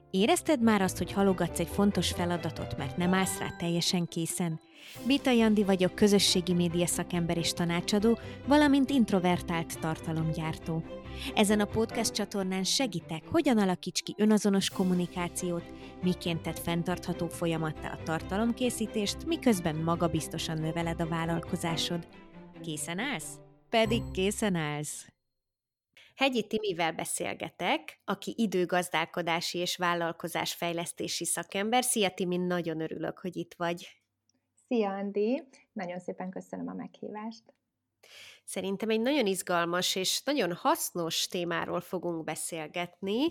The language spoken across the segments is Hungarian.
Érezted már azt, hogy halogatsz egy fontos feladatot, mert nem állsz rá teljesen készen? Bita Jandi vagyok, közösségi média szakember és tanácsadó, valamint introvertált tartalomgyártó. Ezen a podcast csatornán segítek, hogyan alakíts ki önazonos kommunikációt, miként tedd fenntartható folyamattá a tartalomkészítést, miközben magabiztosan növeled a vállalkozásod. Készen állsz? Pedig készen állsz! Hegyi Timivel beszélgetek, aki időgazdálkodási és vállalkozásfejlesztési szakember. Szia Timi, nagyon örülök, hogy itt vagy. Szia, Andi! Nagyon szépen köszönöm a meghívást. Szerintem egy nagyon izgalmas és nagyon hasznos témáról fogunk beszélgetni,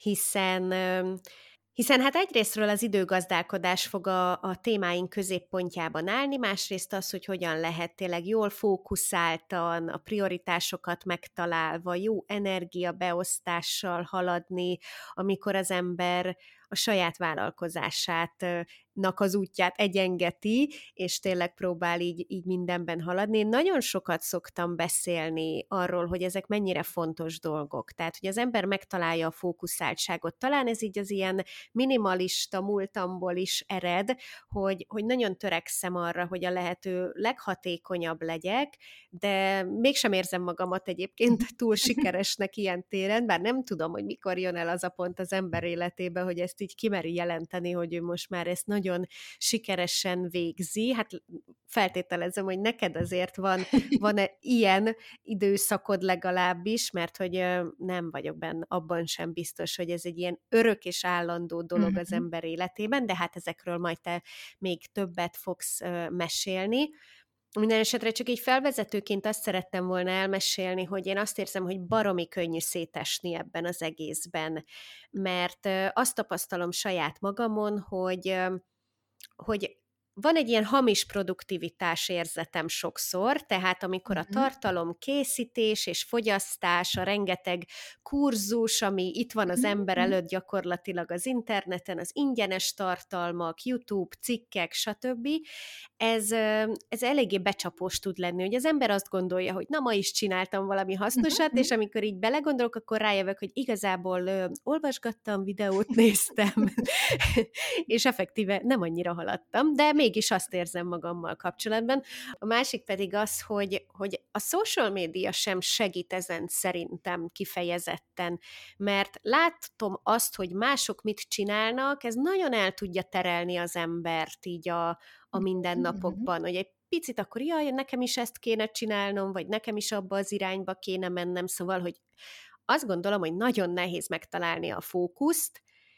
hiszen hát egyrésztről az időgazdálkodás fog a témáink középpontjában állni, másrészt az, hogy hogyan lehet tényleg jól fókuszáltan, a prioritásokat megtalálva, jó energiabeosztással haladni, amikor az ember a saját vállalkozásának az útját egyengeti, és tényleg próbál így mindenben haladni. Én nagyon sokat szoktam beszélni arról, hogy ezek mennyire fontos dolgok. Tehát, hogy az ember megtalálja a fókuszáltságot. Talán ez így az ilyen minimalista múltamból is ered, hogy nagyon törekszem arra, hogy a lehető leghatékonyabb legyek, de mégsem érzem magamat egyébként túl sikeresnek ilyen téren, bár nem tudom, hogy mikor jön el az a pont az ember életébe, hogy ezt így kimeri jelenteni, hogy ő most már ezt nagyon sikeresen végzi. Hát feltételezem, hogy neked azért van-e ilyen időszakod legalábbis, mert hogy nem vagyok benne abban sem biztos, hogy ez egy ilyen örök és állandó dolog az ember életében, de hát ezekről majd te még többet fogsz mesélni. Minden esetre csak így felvezetőként azt szerettem volna elmesélni, hogy én azt érzem, hogy baromi könnyű szétesni ebben az egészben, mert azt tapasztalom saját magamon, hogy van egy ilyen hamis produktivitás érzetem sokszor, tehát amikor a tartalom készítés és fogyasztás, a rengeteg kurzus, ami itt van az ember előtt gyakorlatilag az interneten, az ingyenes tartalmak, YouTube, cikkek, stb., ez eléggé becsapós tud lenni, hogy az ember azt gondolja, hogy na, ma is csináltam valami hasznosat, és amikor így belegondolok, akkor rájövök, hogy igazából olvasgattam, videót néztem, és effektíve nem annyira haladtam, de mégis azt érzem magammal kapcsolatban. A másik pedig az, hogy a social média sem segít ezen szerintem kifejezetten, mert látom azt, hogy mások mit csinálnak, ez nagyon el tudja terelni az embert így a mindennapokban, hogy egy picit akkor jaj, nekem is ezt kéne csinálnom, vagy nekem is abba az irányba kéne mennem, szóval, hogy azt gondolom, hogy nagyon nehéz megtalálni a fókuszt,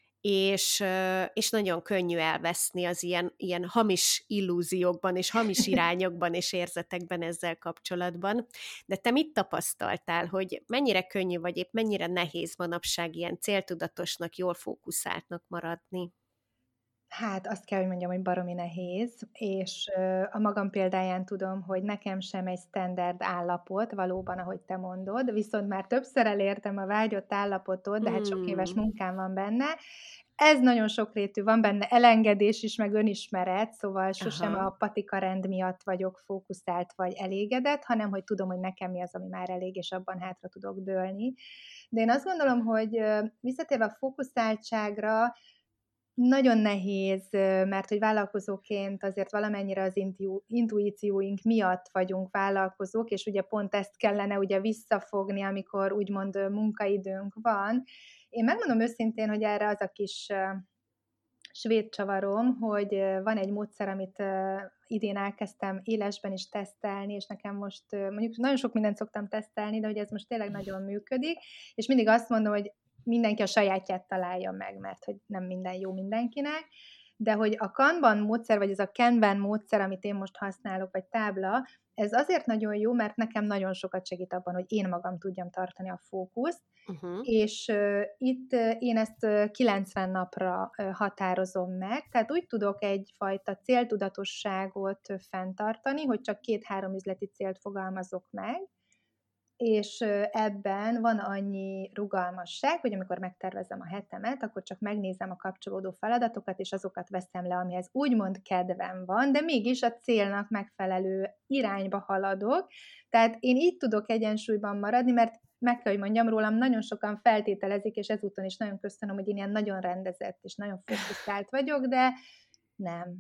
és nagyon könnyű elveszni az ilyen hamis illúziókban, és hamis irányokban, és érzetekben ezzel kapcsolatban. De te mit tapasztaltál, hogy mennyire könnyű, vagy épp mennyire nehéz manapság ilyen céltudatosnak, jól fókuszáltnak maradni? Hát azt kell, hogy mondjam, hogy baromi nehéz, és a magam példáján tudom, hogy nekem sem egy standard állapot, valóban, ahogy te mondod, viszont már többször elértem a vágyott állapotot, de hát sok éves munkám van benne. Ez nagyon sokrétű, van benne elengedés is, meg önismeret, szóval sosem Aha. a patikarend miatt vagyok fókuszált vagy elégedett, hanem hogy tudom, hogy nekem mi az, ami már elég, és abban hátra tudok dőlni. De én azt gondolom, hogy visszatérve a fókuszáltságra, nagyon nehéz, mert hogy vállalkozóként azért valamennyire az intuícióink miatt vagyunk vállalkozók, és ugye pont ezt kellene ugye visszafogni, amikor úgymond munkaidőnk van. Én megmondom őszintén, hogy erre az a kis svéd csavarom, hogy van egy módszer, amit idén elkezdtem élesben is tesztelni, és nekem most mondjuk nagyon sok mindent szoktam tesztelni, de hogy ez most tényleg nagyon működik, és mindig azt mondom, hogy mindenki a sajátját találja meg, mert hogy nem minden jó mindenkinek, de hogy a Kanban módszer, vagy ez a Kanban módszer, amit én most használok, vagy tábla, ez azért nagyon jó, mert nekem nagyon sokat segít abban, hogy én magam tudjam tartani a fókuszt, és itt én ezt 90 napra határozom meg, tehát úgy tudok egyfajta céltudatosságot fenntartani, hogy csak 2-3 üzleti célt fogalmazok meg, és ebben van annyi rugalmasság, hogy amikor megtervezem a hetemet, akkor csak megnézem a kapcsolódó feladatokat, és azokat veszem le, amihez úgymond kedvem van, de mégis a célnak megfelelő irányba haladok. Tehát én így tudok egyensúlyban maradni, mert meg kell, hogy mondjam, rólam nagyon sokan feltételezik, és ezúton is nagyon köszönöm, hogy én ilyen nagyon rendezett és nagyon fókuszált vagyok, de nem.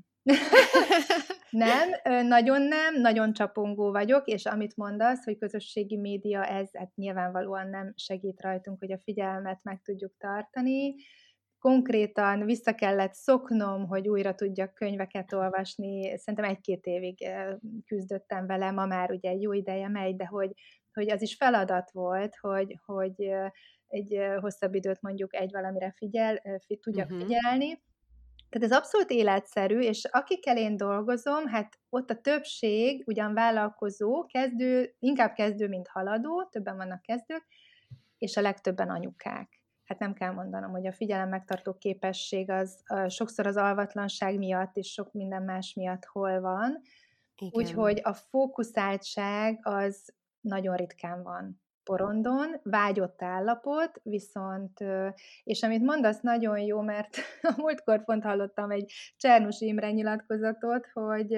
Nem, nagyon nem, nagyon csapongó vagyok, és amit mondasz, hogy közösségi média, ez hát nyilvánvalóan nem segít rajtunk, hogy a figyelmet meg tudjuk tartani. Konkrétan vissza kellett szoknom, hogy újra tudjak könyveket olvasni. Szerintem 1-2 évig küzdöttem vele, ma már ugye egy jó ideje megy, de hogy az is feladat volt, hogy egy hosszabb időt mondjuk egy valamire tudjak figyelni. Tehát ez abszolút életszerű, és akikkel én dolgozom, hát ott a többség ugyan vállalkozó, inkább kezdő, mint haladó, többen vannak kezdők, és a legtöbben anyukák. Hát nem kell mondanom, hogy a figyelem megtartó képesség az sokszor az alvatlanság miatt, és sok minden más miatt hol van. Igen. Úgyhogy a fókuszáltság az nagyon ritkán van porondon, vágyott állapot, viszont, és amit mondasz, nagyon jó, mert a múltkor pont hallottam egy Csernus Imre nyilatkozatot, hogy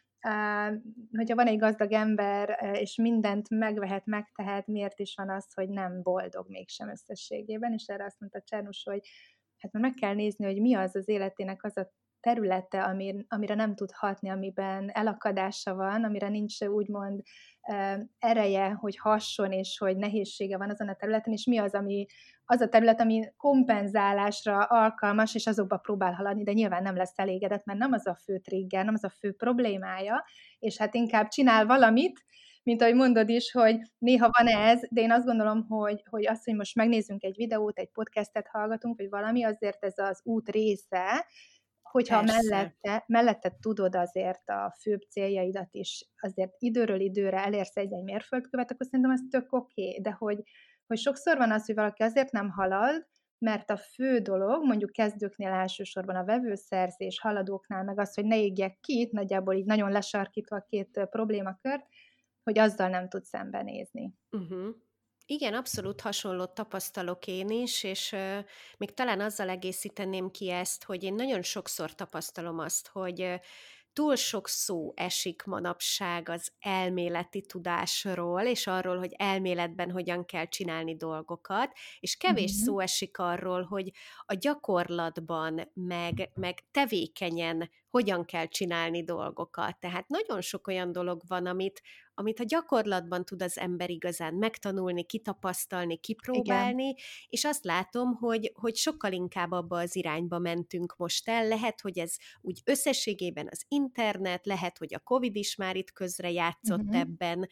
hogyha van egy gazdag ember, és mindent megvehet, megtehet, miért is van az, hogy nem boldog mégsem összességében, és erre azt mondta Csernus, hogy hát már meg kell nézni, hogy mi az életének az a területe, amire nem tud hatni, amiben elakadása van, amire nincs úgymond ereje, hogy hasson, és hogy nehézsége van azon a területen, és mi az a terület, ami kompenzálásra alkalmas, és azokba próbál haladni, de nyilván nem lesz elégedett, mert nem az a fő trigger, nem az a fő problémája, és hát inkább csinál valamit, mint ahogy mondod is, hogy néha van ez, de én azt gondolom, hogy az, hogy most megnézzünk egy videót, egy podcastet hallgatunk, vagy valami, azért ez az út része, hogyha Persze. mellette tudod azért a főbb céljaidat is, azért időről időre elérsz egy mérföldkövet, akkor szerintem ez tök oké. De hogy sokszor van az, hogy valaki azért nem halad, mert a fő dolog, mondjuk kezdőknél elsősorban a vevőszerzés, haladóknál meg az, hogy ne égjek ki, nagyjából így nagyon lesarkítva a két problémakört, hogy azzal nem tud szembenézni. Igen, abszolút hasonlót tapasztalok én is, és még talán azzal egészíteném ki ezt, hogy én nagyon sokszor tapasztalom azt, hogy túl sok szó esik manapság az elméleti tudásról, és arról, hogy elméletben hogyan kell csinálni dolgokat, és kevés Mhm. szó esik arról, hogy a gyakorlatban, meg tevékenyen hogyan kell csinálni dolgokat. Tehát nagyon sok olyan dolog van, amit a gyakorlatban tud az ember igazán megtanulni, kitapasztalni, Igen. kipróbálni, és azt látom, hogy sokkal inkább abba az irányba mentünk most el. Lehet, hogy ez úgy összességében az internet, lehet, hogy a Covid is már itt közre játszott Mhm. ebben,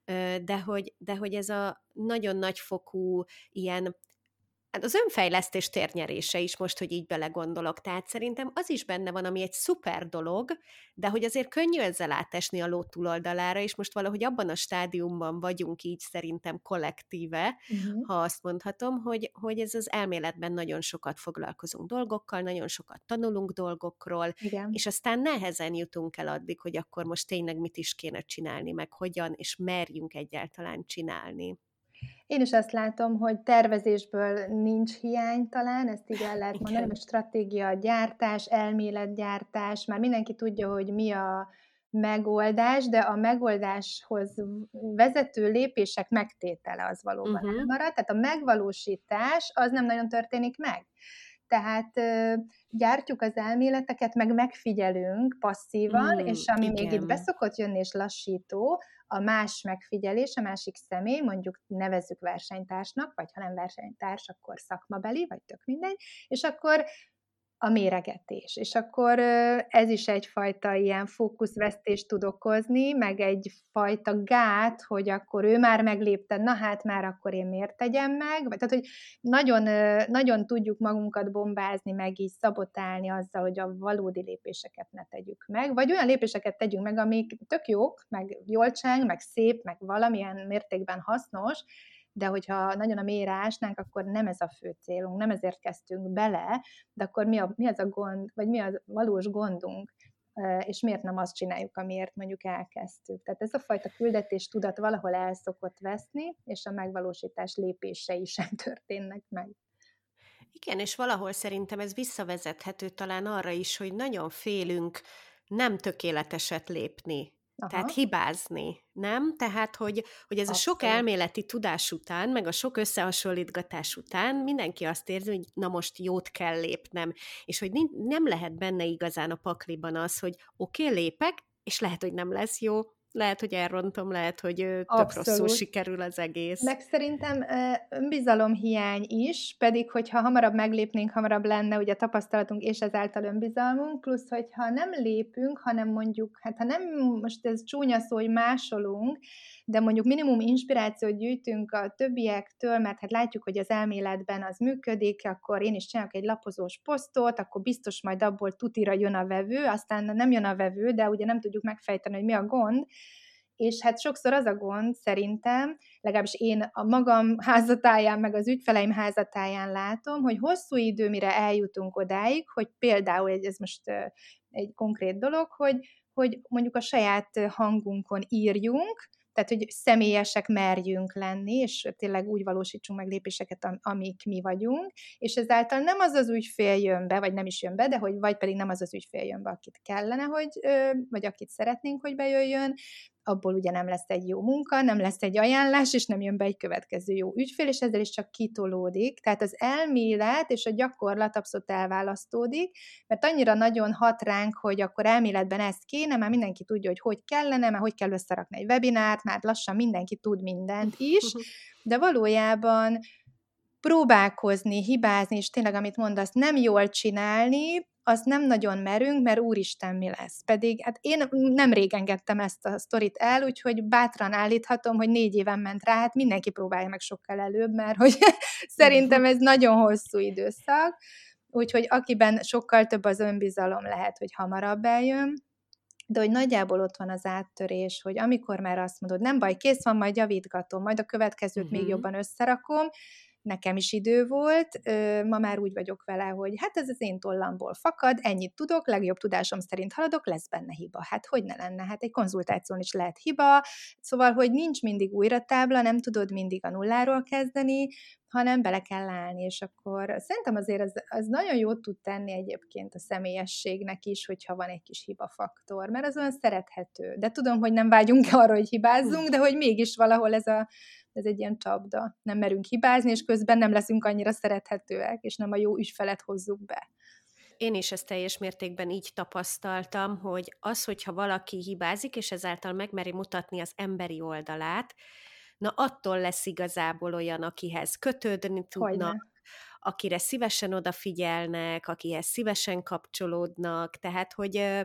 de hogy ez a nagyon nagyfokú ilyen, hát az önfejlesztés térnyerése is most, hogy így belegondolok. Tehát szerintem az is benne van, ami egy szuper dolog, de hogy azért könnyű ezzel átesni a ló túloldalára, és most valahogy abban a stádiumban vagyunk így szerintem kollektíve, Mhm. ha azt mondhatom, hogy ez az elméletben nagyon sokat foglalkozunk dolgokkal, nagyon sokat tanulunk dolgokról, Igen. és aztán nehezen jutunk el addig, hogy akkor most tényleg mit is kéne csinálni, meg hogyan, és merjünk egyáltalán csinálni. Én is azt látom, hogy tervezésből nincs hiány talán, ezt így el lehet mondani, Igen. vagy stratégia gyártás, elméletgyártás, már mindenki tudja, hogy mi a megoldás, de a megoldáshoz vezető lépések megtétele az valóban Uh-huh. elmarad, tehát a megvalósítás az nem nagyon történik meg. Tehát gyártjuk az elméleteket, meg megfigyelünk passzívan, és ami még itt Igen. beszokott jönni és lassító, a más megfigyelés, a másik személy, mondjuk nevezzük versenytársnak, vagy ha nem versenytárs, akkor szakmabeli, vagy tök mindegy, és akkor a méregetés. És akkor ez is egyfajta ilyen fókuszvesztést tud okozni, meg egyfajta gát, hogy akkor ő már meglépte, na hát már akkor én miért tegyem meg? Vagy, tehát, hogy nagyon, nagyon tudjuk magunkat bombázni, meg így szabotálni azzal, hogy a valódi lépéseket ne tegyük meg, vagy olyan lépéseket tegyünk meg, amik tök jók, meg jól cseng, meg szép, meg valamilyen mértékben hasznos, de hogyha nagyon a mélyre ásnánk, akkor nem ez a fő célunk, nem ezért kezdtünk bele, de akkor mi az a gond, vagy mi a valós gondunk? és miért nem azt csináljuk, amiért mondjuk elkezdtük. Tehát ez a fajta küldetéstudat valahol el szokott veszni, és a megvalósítás lépései sem történnek meg. Igen, és valahol szerintem ez visszavezethető talán arra is, hogy nagyon félünk nem tökéleteset lépni. Tehát Aha, hibázni, nem? Tehát, hogy ez a sok abszolút. elméleti tudás után, meg a sok összehasonlítgatás után mindenki azt érzi, hogy na most jót kell lépnem, és hogy nem lehet benne igazán a pakliban az, hogy oké, lépek, és lehet, hogy nem lesz jó, lehet, hogy elrontom, lehet, hogy tök rosszul Abszolút. sikerül az egész. Meg szerintem önbizalomhiány is, pedig hogyha hamarabb meglépnénk, hamarabb lenne ugye tapasztalatunk és ezáltal önbizalmunk, plusz hogyha nem lépünk, hanem mondjuk, hát ha nem, most ez csúnya szó, hogy másolunk, de mondjuk minimum inspirációt gyűjtünk a többiektől, mert hát látjuk, hogy az elméletben az működik, akkor én is csinálok egy lapozós posztot, akkor biztos majd abból tutira jön a vevő, aztán nem jön a vevő, de ugye nem tudjuk megfejteni, hogy mi a gond, és hát sokszor az a gond szerintem, legalábbis én a magam házatáján, meg az ügyfeleim házatáján látom, hogy hosszú idő, mire eljutunk odáig, hogy például, ez most egy konkrét dolog, hogy mondjuk a saját hangunkon írjunk, tehát, hogy személyesek merjünk lenni, és tényleg úgy valósítsunk meg lépéseket, amik mi vagyunk, és ezáltal nem az az ügyfél jön be, vagy nem is jön be, de hogy vagy pedig nem az az ügyfél jön be, akit kellene, hogy, vagy akit szeretnénk, hogy bejöjjön, abból ugye nem lesz egy jó munka, nem lesz egy ajánlás, és nem jön be egy következő jó ügyfél, és ezzel is csak kitolódik. Tehát az elmélet és a gyakorlat abszolút elválasztódik, mert annyira nagyon hat ránk, hogy akkor elméletben ez kéne, már mindenki tudja, hogy kellene, már hogy kell összerakni egy webinárt, már lassan mindenki tud mindent is, de valójában próbálkozni, hibázni, és tényleg, amit mondasz, nem jól csinálni, azt nem nagyon merünk, mert úristen, mi lesz. Pedig hát én nem rég engedtem ezt a sztorit el, úgyhogy bátran állíthatom, hogy 4 éven ment rá, hát mindenki próbálja meg sokkal előbb, mert hogy szerintem ez nagyon hosszú időszak, úgyhogy akiben sokkal több az önbizalom, lehet, hogy hamarabb eljön, de hogy nagyjából ott van az áttörés, hogy amikor már azt mondod, nem baj, kész van, majd javítgatom, majd a következőt még jobban összerakom, nekem is idő volt, ma már úgy vagyok vele, hogy hát ez az én tollamból fakad, ennyit tudok, legjobb tudásom szerint haladok, lesz benne hiba. Hát hogy ne lenne? Hát egy konzultáción is lehet hiba, szóval, hogy nincs mindig újratábla, nem tudod mindig a nulláról kezdeni, hanem bele kell állni, és akkor szerintem azért az nagyon jót tud tenni egyébként a személyességnek is, hogyha van egy kis hibafaktor, mert az olyan szerethető. De tudom, hogy nem vágyunk arra, hogy hibázzunk, de hogy mégis valahol ez egy ilyen csapda. Nem merünk hibázni, és közben nem leszünk annyira szerethetőek, és nem a jó ügyfelet hozzuk be. Én is ezt teljes mértékben így tapasztaltam, hogy az, hogyha valaki hibázik, és ezáltal megmeri mutatni az emberi oldalát, na attól lesz igazából olyan, akihez kötődni tudnak, Hogyne. akire szívesen odafigyelnek, akihez szívesen kapcsolódnak, tehát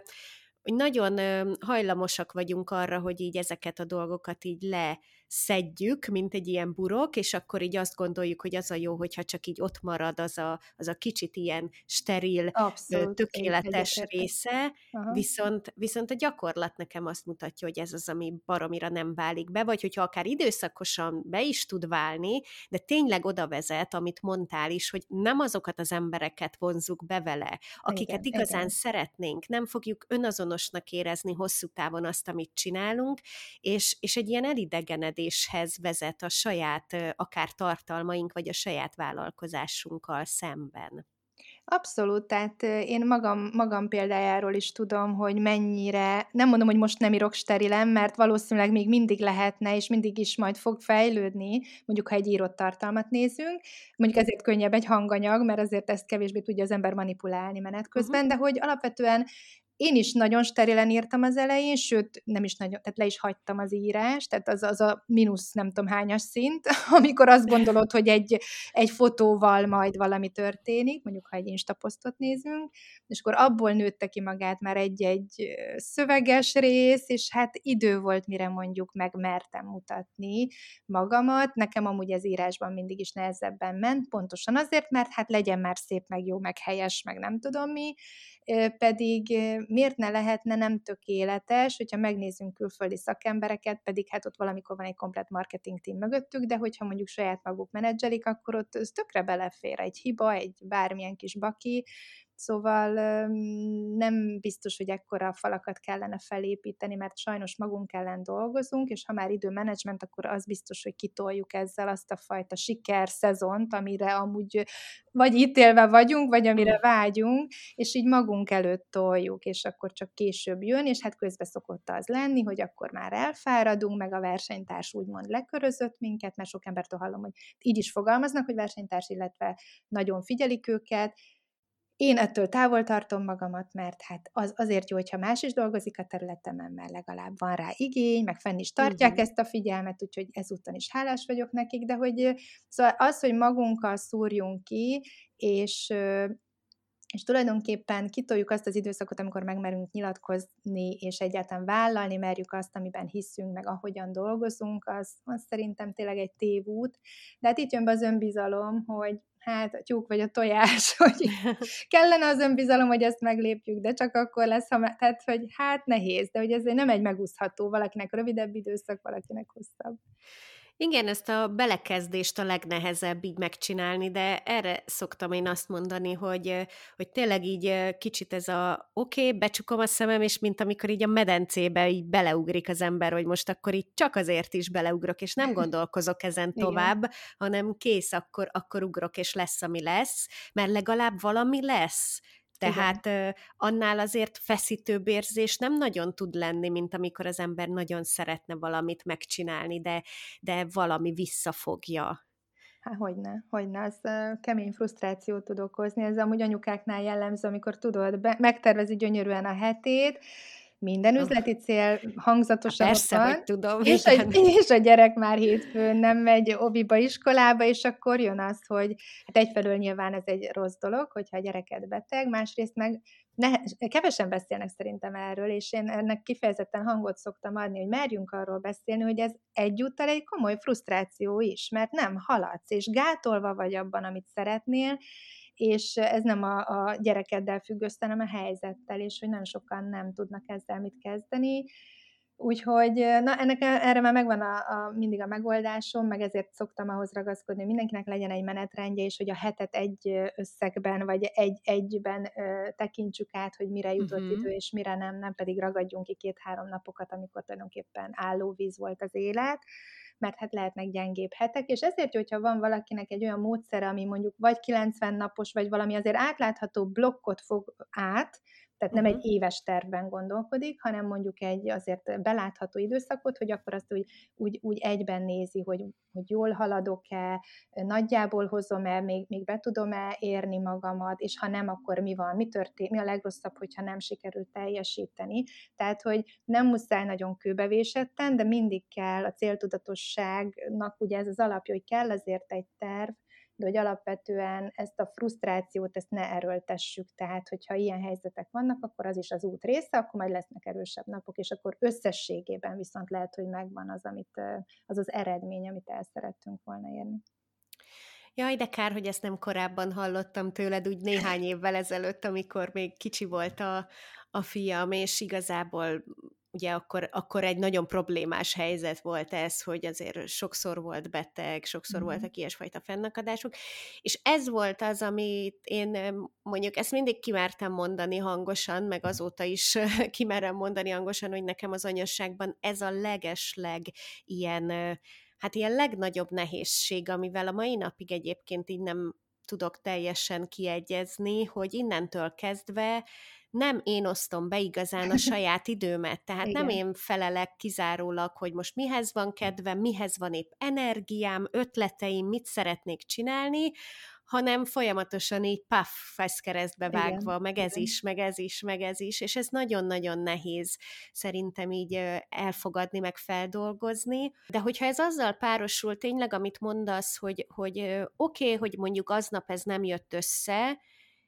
hogy nagyon hajlamosak vagyunk arra, hogy így ezeket a dolgokat így leszedjük, mint egy ilyen burok, és akkor így azt gondoljuk, hogy az a jó, hogyha csak így ott marad az a kicsit ilyen steril, Abszolút, én tökéletes egyetértek. része, Aha. viszont a gyakorlat nekem azt mutatja, hogy ez az, ami baromira nem válik be, vagy hogyha akár időszakosan be is tud válni, de tényleg oda vezet, amit mondtál is, hogy nem azokat az embereket vonzuk be vele, akiket Igen, igazán igen. szeretnénk, nem fogjuk önazonosnak érezni hosszú távon azt, amit csinálunk, és egy ilyen elidegenedéshez vezet a saját akár tartalmaink, vagy a saját vállalkozásunkkal szemben. Abszolút, tehát én magam példájáról is tudom, hogy mennyire, nem mondom, hogy most nem írok sterilen, mert valószínűleg még mindig lehetne, és mindig is majd fog fejlődni, mondjuk ha egy írott tartalmat nézünk, mondjuk ezért könnyebb egy hanganyag, mert azért ezt kevésbé tudja az ember manipulálni menet Uh-huh. közben, de hogy alapvetően én is nagyon sterilen írtam az elején, sőt, nem is nagyon, tehát le is hagytam az írást, tehát az a mínusz nem tudom hányas szint, amikor azt gondolod, hogy egy fotóval majd valami történik, mondjuk ha egy instaposztot nézünk, és akkor abból nőtte ki magát már egy szöveges rész, és hát idő volt, mire mondjuk megmertem mutatni magamat. Nekem amúgy az írásban mindig is nehezebben ment, pontosan azért, mert hát legyen már szép, meg jó, meg helyes, meg nem tudom mi, pedig miért ne lehetne nem tökéletes, hogyha megnézzünk külföldi szakembereket, pedig hát ott valamikor van egy komplett marketing team mögöttük, de hogyha mondjuk saját maguk menedzselik, akkor ott ez tökre belefér egy hiba, egy bármilyen kis baki, Szóval nem biztos, hogy ekkora falakat kellene felépíteni, mert sajnos magunk ellen dolgozunk, és ha már időmenedzsment, akkor az biztos, hogy kitoljuk ezzel azt a fajta sikerszezont, amire amúgy vagy ítélve vagyunk, vagy amire vágyunk, és így magunk előtt toljuk, és akkor csak később jön, és hát közben szokott az lenni, hogy akkor már elfáradunk, meg a versenytárs úgymond lekörözött minket, mert sok embertől hallom, hogy így is fogalmaznak, hogy versenytárs, illetve nagyon figyelik őket. Én ettől távol tartom magamat, mert hát azért jó, hogyha más is dolgozik a területemen, mert legalább van rá igény, meg fenn is tartják ezt a figyelmet, úgyhogy ezúton is hálás vagyok nekik, de hogy szóval az, hogy magunkkal szúrjunk ki, és és tulajdonképpen kitoljuk azt az időszakot, amikor megmerünk nyilatkozni, és egyáltalán vállalni merjük azt, amiben hiszünk, meg ahogyan dolgozunk, az szerintem tényleg egy tévút. De hát itt jön be az önbizalom, hogy hát a tyúk vagy a tojás, hogy kellene az önbizalom, hogy ezt meglépjük, de csak akkor lesz, tehát, hogy hát nehéz, de hogy ez nem egy megúszható, valakinek rövidebb időszak, valakinek hosszabb. Igen, ezt a belekezdést a legnehezebb így megcsinálni, de erre szoktam én azt mondani, hogy tényleg így kicsit ez a becsukom a szemem, és mint amikor így a medencébe így beleugrik az ember, hogy most akkor így csak azért is beleugrok, és nem gondolkozok ezen Igen. tovább, hanem kész, akkor ugrok, és lesz, ami lesz, mert legalább valami lesz. Igen. Tehát annál azért feszítőbb érzés nem nagyon tud lenni, mint amikor az ember nagyon szeretne valamit megcsinálni, de valami visszafogja. Há, hogyne, az kemény frusztrációt tud okozni. Ez amúgy anyukáknál jellemző, amikor tudod, megtervezi gyönyörűen a hetét, minden üzleti cél hangzatosan ott Persze, hogy van, tudom, és igen. és a gyerek már hétfőn nem megy óviba, iskolába, és akkor jön az, hogy hát egyfelől nyilván ez egy rossz dolog, hogyha a gyereket beteg, másrészt meg kevesen beszélnek szerintem erről, és én ennek kifejezetten hangot szoktam adni, hogy merjünk arról beszélni, hogy ez egyúttal egy komoly frusztráció is, mert nem haladsz, és gátolva vagy abban, amit szeretnél, és ez nem a gyerekeddel függ össze, hanem a helyzettel, és hogy nagyon sokan nem tudnak ezzel mit kezdeni. Úgyhogy na erre már megvan mindig a megoldásom, meg ezért szoktam ahhoz ragaszkodni, hogy mindenkinek legyen egy menetrendje, és hogy a hetet egy összegben, vagy egyben tekintsük át, hogy mire jutott idő, és mire nem pedig ragadjunk ki 2-3 napokat, amikor tulajdonképpen állóvíz volt az élet, mert hát lehetnek gyengébb hetek, és ezért jó, hogyha van valakinek egy olyan módszere, ami mondjuk vagy 90 napos, vagy valami azért átlátható blokkot fog át, tehát nem egy éves tervben gondolkodik, hanem mondjuk egy azért belátható időszakot, hogy akkor azt úgy egyben nézi, hogy jól haladok-e, nagyjából hozom-e, még be tudom-e érni magamat, és ha nem, akkor mi van, mi a legrosszabb, hogyha nem sikerül teljesíteni. Tehát, hogy nem muszáj nagyon kőbevésetten, de mindig kell a céltudatosságnak, ugye ez az alapja, hogy kell azért egy terv, de hogy alapvetően ezt a frusztrációt, ezt ne erőltessük, tehát hogyha ilyen helyzetek vannak, akkor az is az út része, akkor majd lesznek erősebb napok, és akkor összességében viszont lehet, hogy megvan az az eredmény, amit el szerettünk volna érni. Jaj, de kár, hogy ezt nem korábban hallottam tőled, úgy néhány évvel ezelőtt, amikor még kicsi volt a fiam, és igazából ugye akkor egy nagyon problémás helyzet volt ez, hogy azért sokszor volt beteg, sokszor voltak ilyesfajta fennakadások, és ez volt az, amit én mondjuk ezt mindig kimertem mondani hangosan, meg azóta is kimerem mondani hangosan, hogy nekem az anyasságban ez a legesleg ilyen ilyen legnagyobb nehézség, amivel a mai napig egyébként így nem tudok teljesen kiegyezni, hogy innentől kezdve nem én osztom be igazán a saját időmet, tehát nem Igen. én felelek kizárólag, hogy most mihez van kedvem, mihez van épp energiám, ötleteim, mit szeretnék csinálni, hanem folyamatosan így feszkeresztbe Igen, vágva, meg ez igen. is, meg ez is, meg ez is, és ez nagyon-nagyon nehéz szerintem így elfogadni, meg feldolgozni. De hogyha ez azzal párosul tényleg, amit mondasz, hogy oké, hogy mondjuk aznap ez nem jött össze,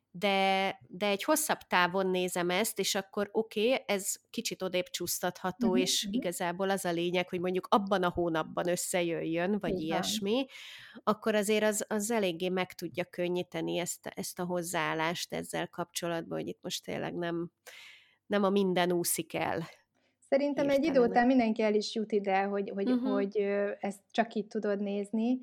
de egy hosszabb távon nézem ezt, és akkor oké, ez kicsit odébb csúsztatható, és igazából az a lényeg, hogy mondjuk abban a hónapban összejöjjön, vagy Így van. ilyesmi, akkor azért az eléggé meg tudja könnyíteni ezt a hozzáállást ezzel kapcsolatban, hogy itt most tényleg nem a minden úszik el Szerintem egy idő hirtelen. után mindenki el is jut ide, hogy Uh-huh. hogy ezt csak így tudod nézni.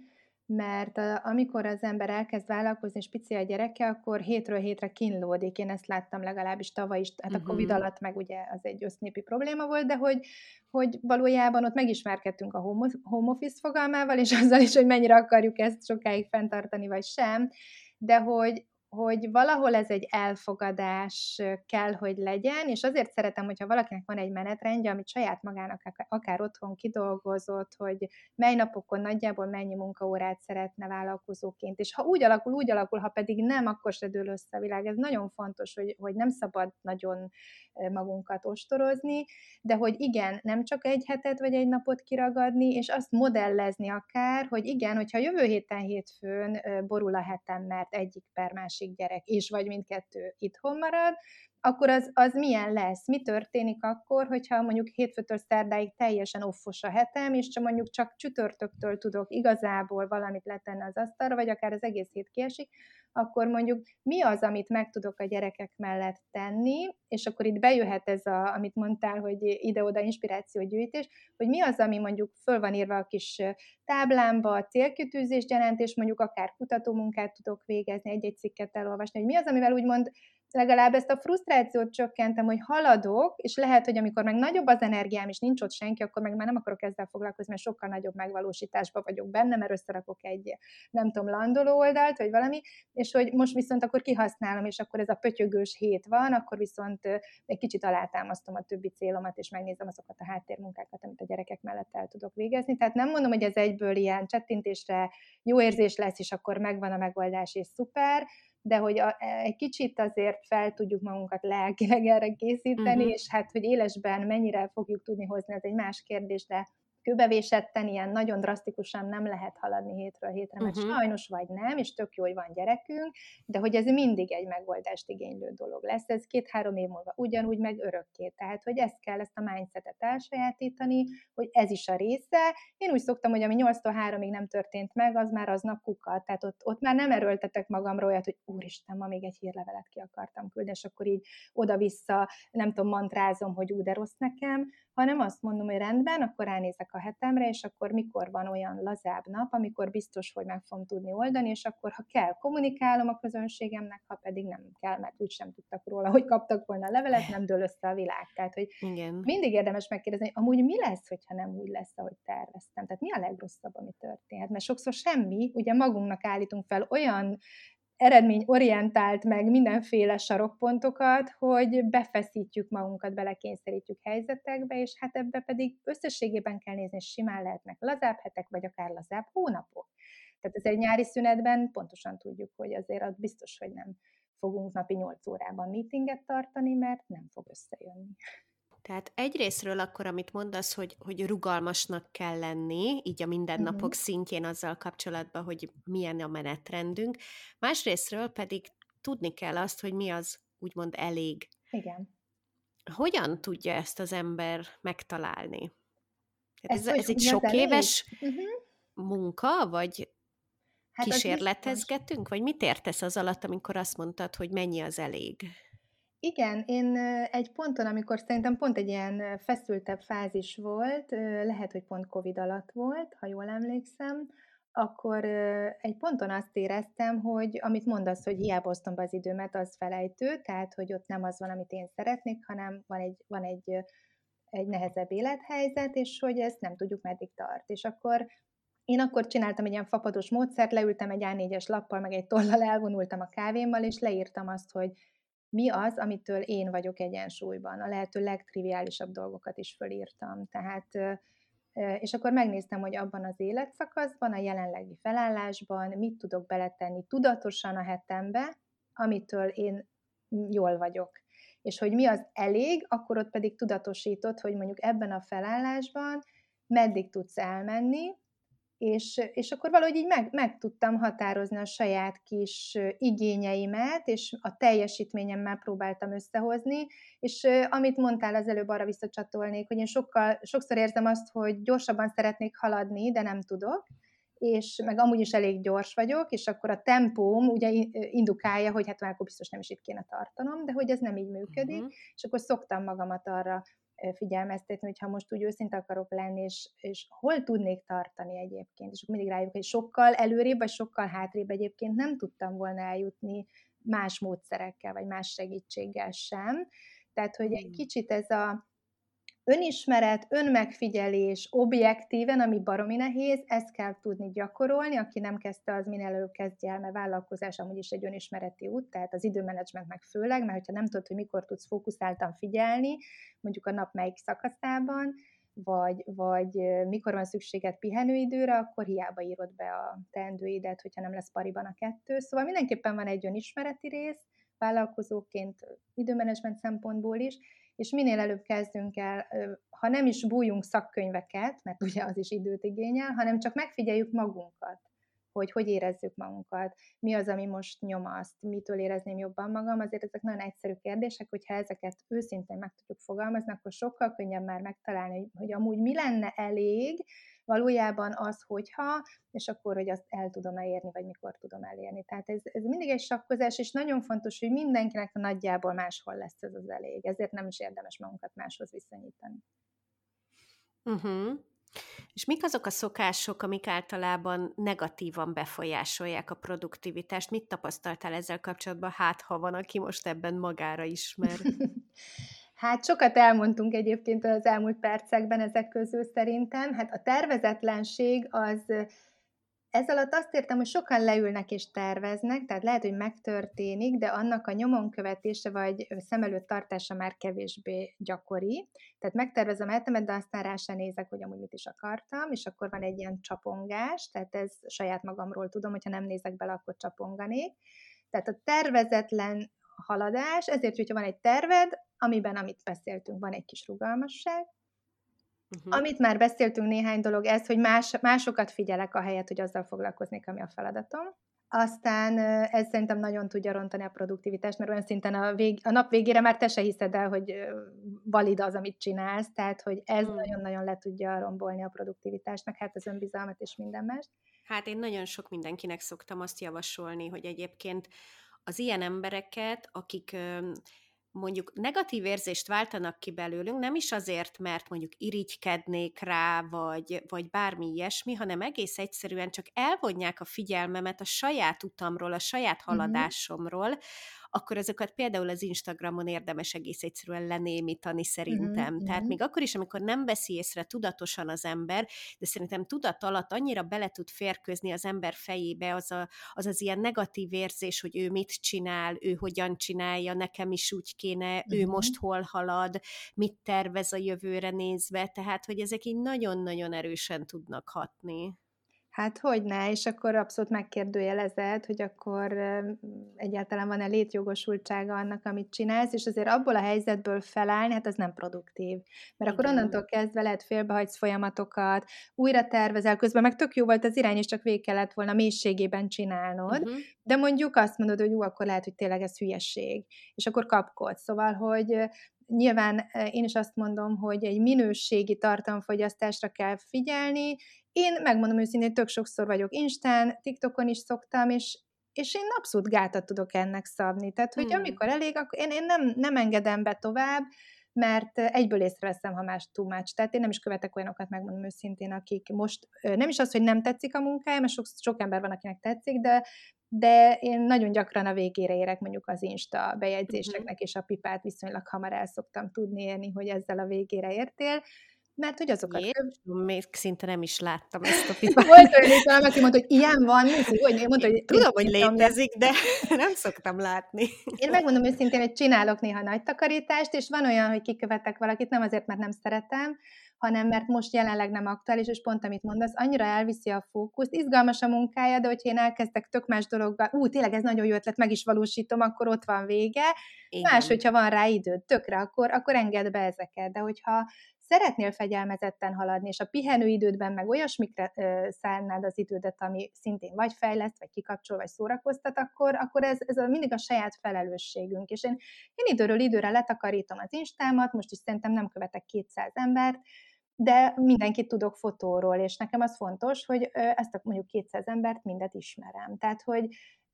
mert amikor az ember elkezd vállalkozni, és pici a gyereke, akkor hétről hétre kínlódik. Én ezt láttam legalábbis tavaly is, hát a Covid Uh-huh. alatt meg ugye az egy össznépi probléma volt, de hogy valójában ott megismerkedtünk a home office fogalmával, és azzal is, hogy mennyire akarjuk ezt sokáig fenntartani, vagy sem, de hogy valahol ez egy elfogadás kell, hogy legyen, és azért szeretem, hogyha valakinek van egy menetrendje, amit saját magának akár otthon kidolgozott, hogy mely napokon nagyjából mennyi munkaórát szeretne vállalkozóként, és ha úgy alakul, ha pedig nem, akkor se dől össze a világ. Ez nagyon fontos, hogy nem szabad nagyon magunkat ostorozni, de hogy igen, nem csak egy hetet vagy egy napot kiragadni, és azt modellezni akár, hogy igen, hogyha jövő héten hétfőn borul a hetem, mert egyik per másik gyerek, és vagy mindkettő itthon marad, akkor az milyen lesz? Mi történik akkor, hogyha mondjuk hétfőtől szerdáig teljesen offos a hetem, és mondjuk csak csütörtöktől tudok igazából valamit letenni az asztalra, vagy akár az egész hét kiesik, akkor mondjuk mi az, amit meg tudok a gyerekek mellett tenni, és akkor itt bejöhet ez, amit mondtál, hogy ide-oda inspirációgyűjtés, hogy mi az, ami mondjuk föl van írva a kis táblámba, a célkitűzést jelent, és mondjuk akár kutatómunkát tudok végezni, egy-egy cikket elolvasni, hogy mi az, amivel úgymond legalább ezt a frusztrációt csökkentem, hogy haladok, és lehet, hogy amikor meg nagyobb az energiám, és nincs ott senki, akkor meg már nem akarok ezzel foglalkozni, mert sokkal nagyobb megvalósításban vagyok benne, mert összerakok egy, nem tudom, landoló oldalt, vagy valami, és hogy most viszont akkor kihasználom, és akkor ez a pötyögős hét van, akkor viszont egy kicsit alátámasztom a többi célomat, és megnézem azokat a háttérmunkákat, amit a gyerekek mellett el tudok végezni. Tehát nem mondom, hogy ez egyből ilyen csettintésre jó érzés lesz, és akkor megvan a megoldás, és szuper, de hogy egy kicsit azért fel tudjuk magunkat lelkileg erre készíteni, Uh-huh. és hát, hogy élesben mennyire fogjuk tudni hozni, ez egy más kérdés, de kőbevésetten ilyen nagyon drasztikusan nem lehet haladni hétről hétre, mert Uh-huh. sajnos vagy nem, és tök jó, hogy van gyerekünk, de hogy ez mindig egy megoldást igénylő dolog lesz. Ez 2-3 év múlva ugyanúgy, meg örökké. Tehát, hogy ezt kell, ezt a mindsetet elsajátítani, hogy ez is a része. Én úgy szoktam, hogy ami 8-tól 3-ig nem történt meg, az már aznap kuka. Tehát ott már nem erőltetek magamra olyat, hogy úristen, ma még egy hírlevelet ki akartam küldeni, és akkor így oda-vissza, nem tudom, mantrázom, hogy de rossz nekem, hanem azt mondom, hogy rendben, akkor ránézek a hetemre, és akkor mikor van olyan lazább nap, amikor biztos, hogy meg fogom tudni oldani, és akkor, ha kell, kommunikálom a közönségemnek, ha pedig nem kell, mert úgysem tudtak róla, hogy kaptak volna a levelet, nem dől össze a világ. Tehát, hogy Igen. mindig érdemes megkérdezni, hogy amúgy mi lesz, hogyha nem úgy lesz, ahogy terveztem. Tehát mi a legrosszabb, ami történhet? Mert sokszor semmi, ugye magunknak állítunk fel olyan eredményorientált, meg mindenféle sarokpontokat, hogy befeszítjük magunkat, belekényszerítjük helyzetekbe, és hát ebbe pedig összességében kell nézni, és simán lehetnek lazább hetek, vagy akár lazább hónapok. Tehát azért nyári szünetben pontosan tudjuk, hogy azért az biztos, hogy nem fogunk napi 8 órában meetinget tartani, mert nem fog összejönni. Tehát egyrészről akkor, amit mondasz, hogy rugalmasnak kell lenni, így a mindennapok szintjén azzal kapcsolatban, hogy milyen a menetrendünk, másrészről pedig tudni kell azt, hogy mi az úgymond elég. Igen. Hogyan tudja ezt az ember megtalálni? Tehát Ezt, ez egy hogy mi az sok elég? éves munka, vagy Hát az biztos. kísérletezgetünk, vagy mit értesz az alatt, amikor azt mondtad, hogy mennyi az elég? Igen, én egy ponton, amikor szerintem pont egy ilyen feszültebb fázis volt, lehet, hogy pont Covid alatt volt, ha jól emlékszem, akkor egy ponton azt éreztem, hogy amit mondasz, hogy hiába osztom be az időmet, az felejtő, tehát hogy ott nem az van, amit én szeretnék, hanem van egy nehezebb élethelyzet, és hogy ezt nem tudjuk, meddig tart. És akkor én akkor csináltam egy ilyen fapados módszert, leültem egy A4-es lappal, meg egy tollal, elvonultam a kávémmal, és leírtam azt, hogy mi az, amitől én vagyok egyensúlyban. A lehető legtriviálisabb dolgokat is fölírtam. Tehát, és akkor megnéztem, hogy abban az életszakaszban, a jelenlegi felállásban mit tudok beletenni tudatosan a hetembe, amitől én jól vagyok. És hogy mi az elég, akkor ott pedig tudatosított, hogy mondjuk ebben a felállásban meddig tudsz elmenni, és akkor valahogy így meg tudtam határozni a saját kis igényeimet, és a teljesítményemmel próbáltam összehozni, és amit mondtál az előbb, arra visszacsatolnék, hogy én sokszor érzem azt, hogy gyorsabban szeretnék haladni, de nem tudok, és meg amúgy is elég gyors vagyok, és akkor a tempóm ugye indukálja, hogy hát már akkor biztos nem is itt kéne tartanom, de hogy ez nem így működik, Uh-huh. és akkor szoktam magamat arra figyelmeztetni, hogyha most úgy őszinte akarok lenni, és hol tudnék tartani egyébként. És mindig rájuk, hogy sokkal előrébb, vagy sokkal hátrébb egyébként nem tudtam volna eljutni más módszerekkel, vagy más segítséggel sem. Tehát, hogy egy kicsit ez a önismeret, önmegfigyelés objektíven, ami baromi nehéz, ezt kell tudni gyakorolni, aki nem kezdte, az minél előbb kezdje el, mert vállalkozás amúgy is egy önismereti út, tehát az időmenedzsment meg főleg, mert hogyha nem tudod, hogy mikor tudsz fókuszáltan figyelni, mondjuk a nap melyik szakaszában, vagy mikor van szükséged pihenőidőre, akkor hiába írod be a teendőidet, hogyha nem lesz pariban a kettő. Szóval mindenképpen van egy önismereti rész, vállalkozóként, időmenedzsment szempontból is, és minél előbb kezdünk el, ha nem is bújjunk szakkönyveket, mert ugye az is időt igényel, hanem csak megfigyeljük magunkat, hogy érezzük magunkat, mi az, ami most nyomaszt, mitől érezném jobban magam, azért ezek nagyon egyszerű kérdések, hogyha ezeket őszintén meg tudjuk fogalmazni, akkor sokkal könnyebb már megtalálni, hogy amúgy mi lenne elég, valójában az, hogyha, és akkor, hogy azt el tudom-e érni, vagy mikor tudom elérni. Tehát ez mindig egy sakkozás, és nagyon fontos, hogy mindenkinek nagyjából máshol lesz ez az elég. Ezért nem is érdemes magunkat máshoz viszonyítani. És mik azok a szokások, amik általában negatívan befolyásolják a produktivitást? Mit tapasztaltál ezzel kapcsolatban? Hát, ha van, aki most ebben magára ismer. Hát sokat elmondtunk egyébként az elmúlt percekben ezek közül szerintem. Hát a tervezetlenség az, ez alatt azt értem, hogy sokan leülnek és terveznek, tehát lehet, hogy megtörténik, de annak a nyomon követése vagy szem előtt tartása már kevésbé gyakori. Tehát megtervezem eltemet, de aztán rá sem nézek, hogy amúgy mit is akartam, és akkor van egy ilyen csapongás, tehát ez saját magamról tudom, hogyha nem nézek bele, akkor csaponganék. Tehát a tervezetlen haladás, ezért, hogyha van egy terved, amiben, amit beszéltünk, van egy kis rugalmasság. Amit már beszéltünk néhány dolog, ez, hogy másokat figyelek ahelyett, hogy azzal foglalkoznék, ami a feladatom. Aztán ez szerintem nagyon tudja rontani a produktivitást, mert olyan szinten a nap végére már te se hiszed el, hogy valid az, amit csinálsz, tehát hogy ez nagyon-nagyon le tudja rombolni a produktivitást, meg hát az önbizalmat és minden más. Hát én nagyon sok mindenkinek szoktam azt javasolni, hogy egyébként az ilyen embereket, akik mondjuk negatív érzést váltanak ki belőlünk, nem is azért, mert mondjuk irigykednék rá, vagy bármi ilyesmi, hanem egész egyszerűen csak elvonják a figyelmemet a saját utamról, a saját haladásomról, akkor azokat például az Instagramon érdemes egész egyszerűen lenémítani szerintem. Tehát még akkor is, amikor nem veszi észre tudatosan az ember, de szerintem tudat alatt annyira bele tud férkőzni az ember fejébe az ilyen negatív érzés, hogy ő mit csinál, ő hogyan csinálja, nekem is úgy kéne, ő most hol halad, mit tervez a jövőre nézve, tehát hogy ezek így nagyon-nagyon erősen tudnak hatni. Hát hogyne, és akkor abszolút megkérdőjelezed, hogy akkor egyáltalán van-e létjogosultsága annak, amit csinálsz, és azért abból a helyzetből felállni, hát az nem produktív. Mert akkor onnantól kezdve lehet félbehagysz folyamatokat, újra tervezel, közben meg tök jó volt az irány, és csak végig kellett volna mélységében csinálnod, de mondjuk azt mondod, hogy akkor lehet, hogy tényleg ez hülyeség, és akkor kapkodsz. Szóval, hogy nyilván én is azt mondom, hogy egy minőségi tartalomfogyasztásra kell figyelni. Én megmondom őszintén, tök sokszor vagyok Instán, TikTokon is szoktam, és én abszolút gátat tudok ennek szabni. Tehát, hogy amikor elég, akkor én nem engedem be tovább, mert egyből észreveszem, ha más too much. Tehát én nem is követek olyanokat, megmondom őszintén, akik most, nem is az, hogy nem tetszik a munkája, mert sok ember van, akinek tetszik, de én nagyon gyakran a végére érek mondjuk az Insta bejegyzéseknek, és a pipát viszonylag hamar el szoktam tudni érni, hogy ezzel a végére értél, mert hogy azokat még szinte nem is láttam ezt a pipát. Volt olyan is valami, aki mondta, hogy ilyen van, mondta, hogy tudom, hogy létezik, de nem szoktam látni. Én megmondom őszintén, hogy csinálok néha nagy takarítást, és van olyan, hogy kikövetek valakit, nem azért, mert nem szeretem, hanem mert most jelenleg nem aktuális, és pont amit mondasz, annyira elviszi a fókuszt, izgalmas a munkája, de hogyha én elkezdek tök más dologgal, tényleg ez nagyon jó ötlet, meg is valósítom, akkor ott van vége. Igen. Más, hogyha van rá időd, tökre, akkor engedd be ezeket, de hogyha szeretnél fegyelmezetten haladni, és a pihenőidődben meg olyasmikre szánnád az idődet, ami szintén vagy fejleszt, vagy kikapcsol, vagy szórakoztat, akkor ez mindig a saját felelősségünk. És én időről időre letakarítom az Instámat, most is szerintem nem követek 200 embert, de mindenkit tudok fotóról, és nekem az fontos, hogy ezt a mondjuk 200 embert mindet ismerem. Tehát, hogy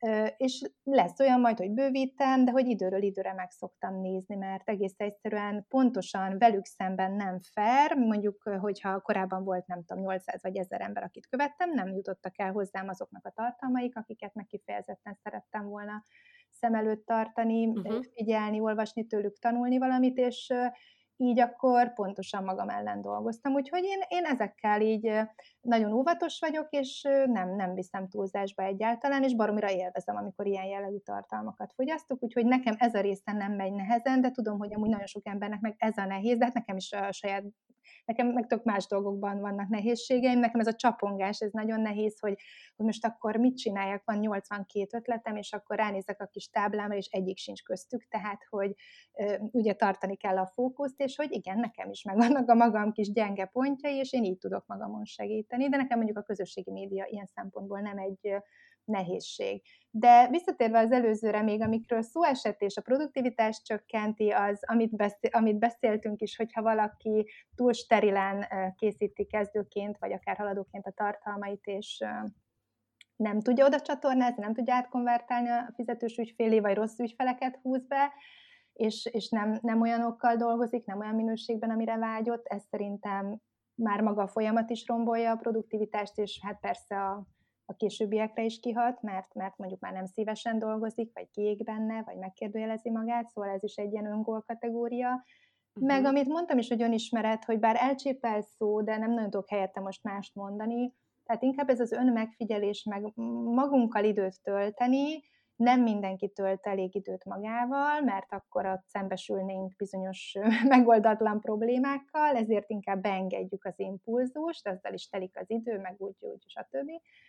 és lesz olyan majd, hogy bővítem, de hogy időről időre meg szoktam nézni, mert egész egyszerűen pontosan velük szemben nem fair, mondjuk, hogyha korábban volt, nem tudom, 800 vagy 1000 ember, akit követtem, nem jutottak el hozzám azoknak a tartalmaik, akiket meg kifejezetten szerettem volna szem előtt tartani, Uh-huh. figyelni, olvasni tőlük, tanulni valamit, és így akkor pontosan magam ellen dolgoztam. Úgyhogy én ezekkel így nagyon óvatos vagyok, és nem viszem túlzásba egyáltalán, és baromira élvezem, amikor ilyen jellegű tartalmakat fogyasztok, úgyhogy nekem ez a része nem megy nehezen, de tudom, hogy amúgy nagyon sok embernek meg ez a nehéz, de hát nekem is a saját nekem meg tök más dolgokban vannak nehézségeim, nekem ez a csapongás, ez nagyon nehéz, hogy most akkor mit csináljak, van 82 ötletem, és akkor ránézek a kis táblámra, és egyik sincs köztük, tehát, hogy ugye tartani kell a fókuszt, és hogy igen, nekem is megvannak a magam kis gyenge pontjai, és én így tudok magamon segíteni, de nekem mondjuk a közösségi média ilyen szempontból nem egy nehézség. De visszatérve az előzőre még, amikről szó esett, és a produktivitást csökkenti, az, amit beszéltünk is, hogyha valaki túl sterilen készíti kezdőként, vagy akár haladóként a tartalmait, és nem tudja oda csatornázni, nem tudja átkonvertálni a fizetős ügyfélé, vagy rossz ügyfeleket húz be, és nem olyanokkal dolgozik, nem olyan minőségben, amire vágyott, ez szerintem már maga a folyamat is rombolja a produktivitást, és hát persze a későbbiekre is kihat, mert mondjuk már nem szívesen dolgozik, vagy kiég benne, vagy megkérdőjelezi magát, szóval ez is egy ilyen öngól kategória. Meg Uh-huh. amit mondtam is, hogy önismeret, hogy bár elcsépel szó, de nem nagyon tudok helyette most mást mondani, tehát inkább ez az önmegfigyelés, meg magunkkal időt tölteni, nem mindenki tölt elég időt magával, mert akkor ott szembesülnénk bizonyos megoldatlan problémákkal, ezért inkább beengedjük az impulzust, azzal is telik az idő, meg úgy stb.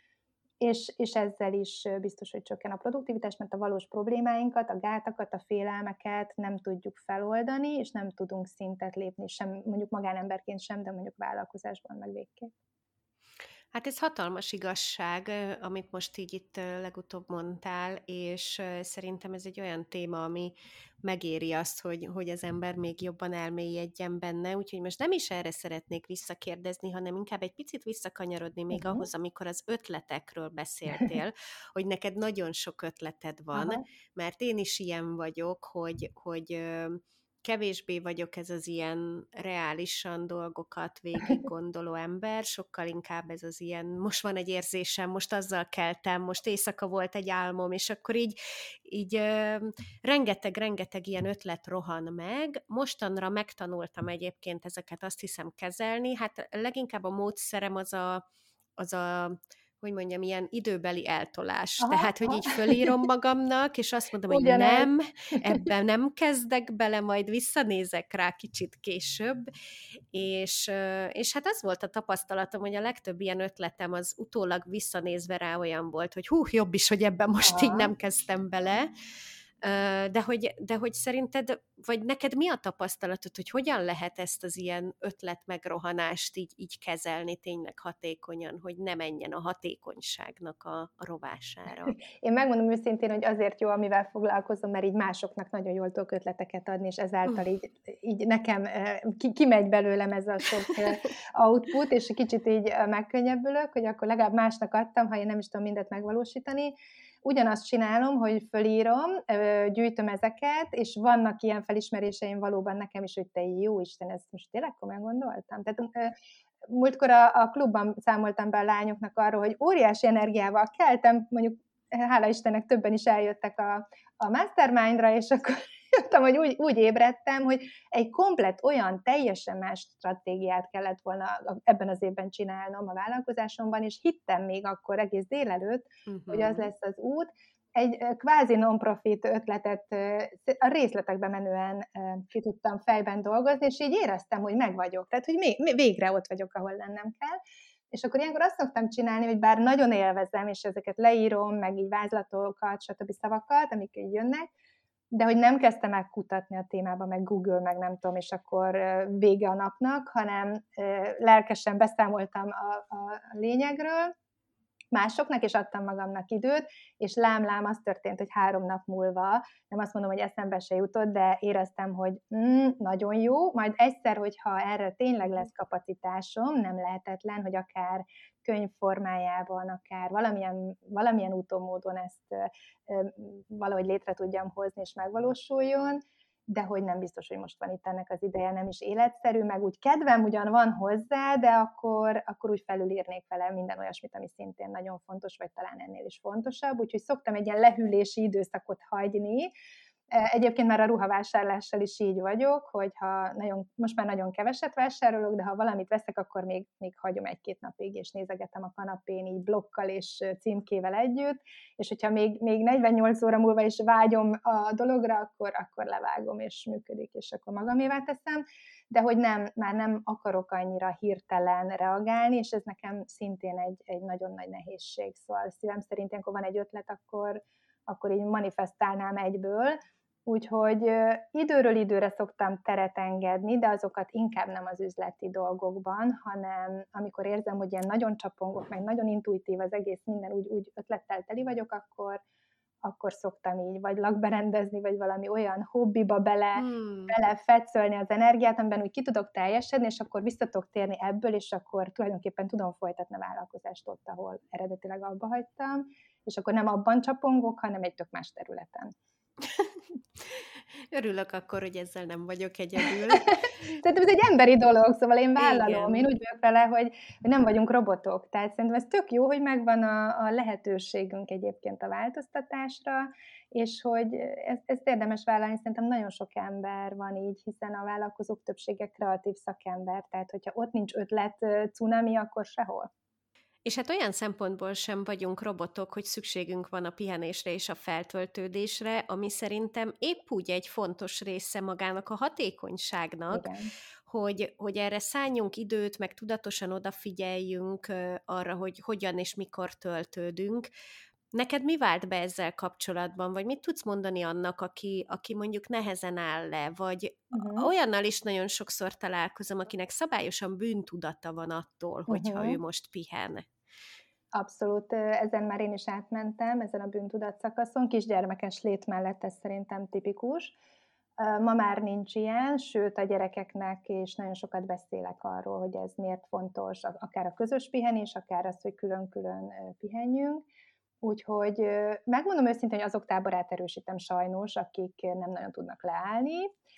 És ezzel is biztos, hogy csökken a produktivitás, mert a valós problémáinkat, a gátakat, a félelmeket nem tudjuk feloldani, és nem tudunk szintet lépni, sem mondjuk magánemberként sem, de mondjuk vállalkozásban meg végképp. Hát ez hatalmas igazság, amit most így itt legutóbb mondtál, és szerintem ez egy olyan téma, ami megéri azt, hogy az ember még jobban elmélyedjen benne, úgyhogy most nem is erre szeretnék visszakérdezni, hanem inkább egy picit visszakanyarodni még Uh-huh. ahhoz, amikor az ötletekről beszéltél, hogy neked nagyon sok ötleted van, Aha. mert én is ilyen vagyok, hogy kevésbé vagyok ez az ilyen reálisan dolgokat végig gondoló ember, sokkal inkább ez az ilyen, most van egy érzésem, most azzal keltem, most éjszaka volt egy álmom, és akkor így rengeteg ilyen ötlet rohan meg. Mostanra megtanultam egyébként ezeket, azt hiszem, kezelni. Hát leginkább a módszerem az a hogy mondjam, ilyen időbeli eltolás. Aha, Tehát, hogy aha. így fölírom magamnak, és azt mondom, hogy Ugyanez. nem, ebben nem kezdek bele, majd visszanézek rá kicsit később, és hát az volt a tapasztalatom, hogy a legtöbb ilyen ötletem az utólag visszanézve rá olyan volt, hogy jobb is, hogy ebben most így Aha. nem kezdtem bele, de hogy szerinted, vagy neked mi a tapasztalatod, hogy hogyan lehet ezt az ilyen ötlet megrohanást így kezelni tényleg hatékonyan, hogy ne menjen a hatékonyságnak a rovására? Én megmondom őszintén, hogy azért jó, amivel foglalkozom, mert így másoknak nagyon jól tudok ötleteket adni, és ezáltal így nekem kimegy belőlem ez a sok output, és kicsit így megkönnyebbülök, hogy akkor legalább másnak adtam, ha én nem is tudom mindet megvalósítani. Ugyanazt csinálom, hogy fölírom, gyűjtöm ezeket, és vannak ilyen felismeréseim valóban nekem is, hogy te jó Isten, ezt most tényleg komolyan gondoltam. Tehát múltkor a klubban számoltam be a lányoknak arról, hogy óriási energiával keltem, mondjuk hála Istennek többen is eljöttek a mastermindra, és akkor jöttem, hogy úgy ébredtem, hogy egy komplett olyan teljesen más stratégiát kellett volna ebben az évben csinálnom a vállalkozásomban, és hittem még akkor egész délelőtt, hogy az lesz az út. Egy kvázi non-profit ötletet a részletekbe menően ki tudtam fejben dolgozni, és így éreztem, hogy meg vagyok. Tehát, hogy végre ott vagyok, ahol lennem kell. És akkor ilyenkor azt szoktam csinálni, hogy bár nagyon élvezem, és ezeket leírom, meg így vázlatokat, stb. Szavakat, amik így jönnek, de hogy nem kezdtem el kutatni a témába, meg Google, meg nem tudom, és akkor vége a napnak, hanem lelkesen beszámoltam a lényegről, másoknak, és adtam magamnak időt, és lám-lám az történt, hogy 3 nap múlva, nem azt mondom, hogy eszembe se jutott, de éreztem, hogy nagyon jó, majd egyszer, hogyha erre tényleg lesz kapacitásom, nem lehetetlen, hogy akár könyv formájában, akár valamilyen úton, módon ezt valahogy létre tudjam hozni, és megvalósuljon, de hogy nem biztos, hogy most van itt ennek az ideje, nem is életszerű, meg úgy kedvem ugyan van hozzá, de akkor úgy felülírnék vele minden olyasmit, ami szintén nagyon fontos, vagy talán ennél is fontosabb, úgyhogy szoktam egy ilyen lehűlési időszakot hagyni. Egyébként már a ruhavásárlással is így vagyok, hogyha most már nagyon keveset vásárolok, de ha valamit veszek, akkor még hagyom 1-2 napig, és nézegetem a kanapén így blokkal és címkével együtt, és hogyha még 48 óra múlva is vágyom a dologra, akkor levágom, és működik, és akkor magamévá teszem, de hogy már nem akarok annyira hirtelen reagálni, és ez nekem szintén egy nagyon nagy nehézség. Szóval szívem szerint, amikor van egy ötlet, akkor így manifestálnám egyből, úgyhogy időről időre szoktam teret engedni, de azokat inkább nem az üzleti dolgokban, hanem amikor érzem, hogy ilyen nagyon csapongok, meg nagyon intuitív az egész, minden úgy ötlettel teli vagyok, akkor szoktam így vagy lakberendezni, vagy valami olyan hobbiba belefetszölni az energiát, amiben úgy ki tudok teljesedni, és akkor vissza tudok térni ebből, és akkor tulajdonképpen tudom folytatni a vállalkozást ott, ahol eredetileg abba hagytam, és akkor nem abban csapongok, hanem egy tök más területen. Örülök akkor, hogy ezzel nem vagyok egyedül. Szerintem ez egy emberi dolog, szóval én vállalom. Igen. Én úgy vagyok vele, hogy nem vagyunk robotok. Tehát szerintem ez tök jó, hogy megvan a lehetőségünk egyébként a változtatásra, és hogy ezt érdemes vállalni. Szerintem nagyon sok ember van így, hiszen a vállalkozók többsége kreatív szakember, tehát hogyha ott nincs ötlet cunami, akkor sehol. És hát olyan szempontból sem vagyunk robotok, hogy szükségünk van a pihenésre és a feltöltődésre, ami szerintem épp úgy egy fontos része magának a hatékonyságnak, Igen. hogy erre szálljunk időt, meg tudatosan odafigyeljünk arra, hogy hogyan és mikor töltődünk. Neked mi vált be ezzel kapcsolatban, vagy mit tudsz mondani annak, aki mondjuk nehezen áll le, vagy olyannal is nagyon sokszor találkozom, akinek szabályosan bűntudata van attól, hogyha ő most pihen. Abszolút, ezen már én is átmentem, ezen a bűntudat szakaszon. Kisgyermekes lét mellett ez szerintem tipikus. Ma már nincs ilyen, sőt a gyerekeknek is nagyon sokat beszélek arról, hogy ez miért fontos, akár a közös pihenés, akár az, hogy külön-külön pihenjünk. Úgyhogy megmondom őszintén, hogy azok táborát erősítem sajnos, akik nem nagyon tudnak leállni,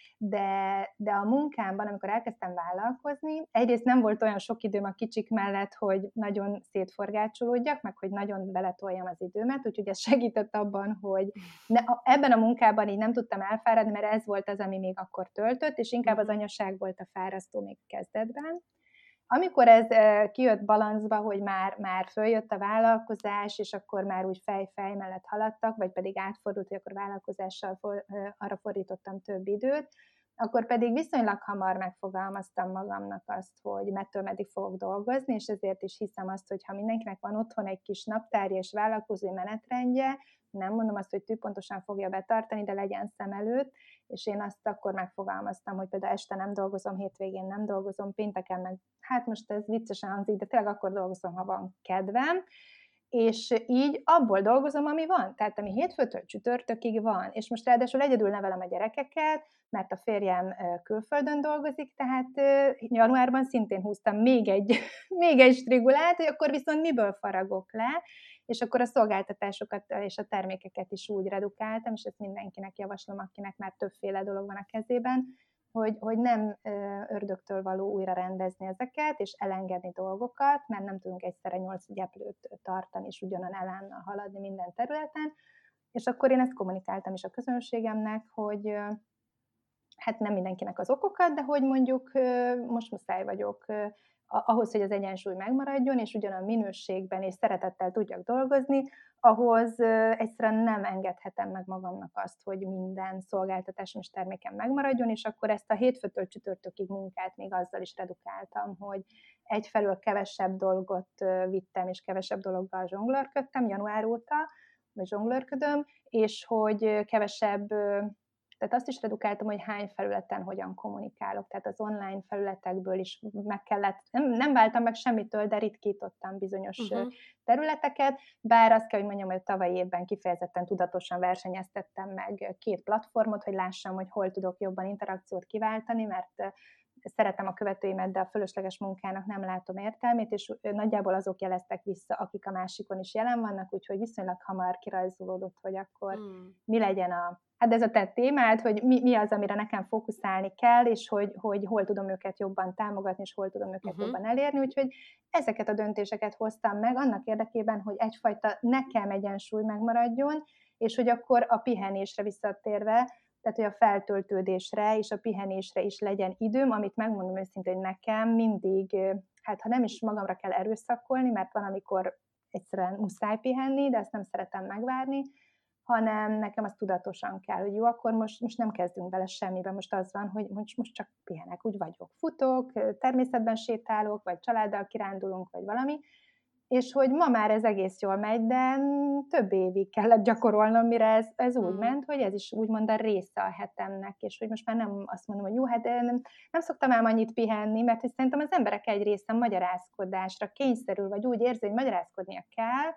de a munkámban, amikor elkezdtem vállalkozni, egyrészt nem volt olyan sok időm a kicsik mellett, hogy nagyon szétforgácsolódjak, meg hogy nagyon beletoljam az időmet, úgyhogy ez segített abban, hogy ebben a munkában így nem tudtam elfáradni, mert ez volt az, ami még akkor töltött, és inkább az anyaság volt a fárasztó még kezdetben. Amikor ez kijött balanszba, hogy már följött a vállalkozás, és akkor már úgy fej mellett haladtak, vagy pedig átfordult, hogy akkor vállalkozással arra fordítottam több időt, akkor pedig viszonylag hamar megfogalmaztam magamnak azt, hogy mettől meddig fogok dolgozni, és ezért is hiszem azt, hogy ha mindenkinek van otthon egy kis naptárja és vállalkozói menetrendje, nem mondom azt, hogy tűpontosan fogja betartani, de legyen szem előtt, és én azt akkor megfogalmaztam, hogy például este nem dolgozom, hétvégén nem dolgozom, pénteken meg, hát most ez viccesen hangzik, de tényleg akkor dolgozom, ha van kedvem, és így abból dolgozom, ami van, tehát ami hétfőtől csütörtökig van, és most ráadásul egyedül nevelem a gyerekeket, mert a férjem külföldön dolgozik, tehát januárban szintén húztam még egy strigulát, hogy akkor viszont miből faragok le, és akkor a szolgáltatásokat és a termékeket is úgy redukáltam, és ezt mindenkinek javaslom, akinek már többféle dolog van a kezében, hogy nem ördögtől való újra rendezni ezeket, és elengedni dolgokat, mert nem tudunk egyszerre 8 gyeplőt tartani, és ugyanan elánnal haladni minden területen, és akkor én ezt kommunikáltam is a közönségemnek, hogy hát nem mindenkinek az okokat, de hogy mondjuk most muszáj vagyok ahhoz, hogy az egyensúly megmaradjon, és ugyanolyan minőségben és szeretettel tudjak dolgozni, ahhoz egyszerűen nem engedhetem meg magamnak azt, hogy minden szolgáltatásom és termékem megmaradjon, és akkor ezt a hétfőtől csütörtökig munkát még azzal is redukáltam, hogy egyfelől kevesebb dolgot vittem, és kevesebb dologgal zsonglőrködtem január óta, vagy zsonglőrködöm, és hogy kevesebb Tehát azt is redukáltam, hogy hány felületen hogyan kommunikálok. Tehát az online felületekből is meg kellett, nem váltam meg semmitől, de ritkítottam bizonyos területeket, bár azt kell, hogy mondjam, hogy a tavalyi évben kifejezetten tudatosan versenyeztettem meg 2 platformot, hogy lássam, hogy hol tudok jobban interakciót kiváltani, mert szeretem a követőimet, de a fölösleges munkának nem látom értelmét, és nagyjából azok jeleztek vissza, akik a másikon is jelen vannak, úgyhogy viszonylag hamar kirajzolódott, hogy akkor mi legyen hát ez a te témád, hogy mi az, amire nekem fókuszálni kell, és hogy hol tudom őket jobban támogatni, és hol tudom őket jobban elérni, úgyhogy ezeket a döntéseket hoztam meg annak érdekében, hogy egyfajta nekem egyensúly megmaradjon, és hogy akkor a pihenésre visszatérve, tehát hogy a feltöltődésre és a pihenésre is legyen időm, amit megmondom őszintén, hogy nekem mindig, hát ha nem is magamra kell erőszakolni, mert van, amikor egyszerűen muszáj pihenni, de ezt nem szeretem megvárni, hanem nekem az tudatosan kell, hogy jó, akkor most nem kezdünk bele semmibe, most az van, hogy most csak pihenek, úgy vagyok, futok, természetben sétálok, vagy családdal kirándulunk, vagy valami, és hogy ma már ez egész jól megy, de több évig kellett gyakorolnom, mire ez úgy ment, hogy ez is úgymond a része a hetemnek, és hogy most már nem azt mondom, hogy jó, hát nem szoktam ám annyit pihenni, mert hogy szerintem az emberek egy része magyarázkodásra kényszerül, vagy úgy érzi, hogy magyarázkodnia kell,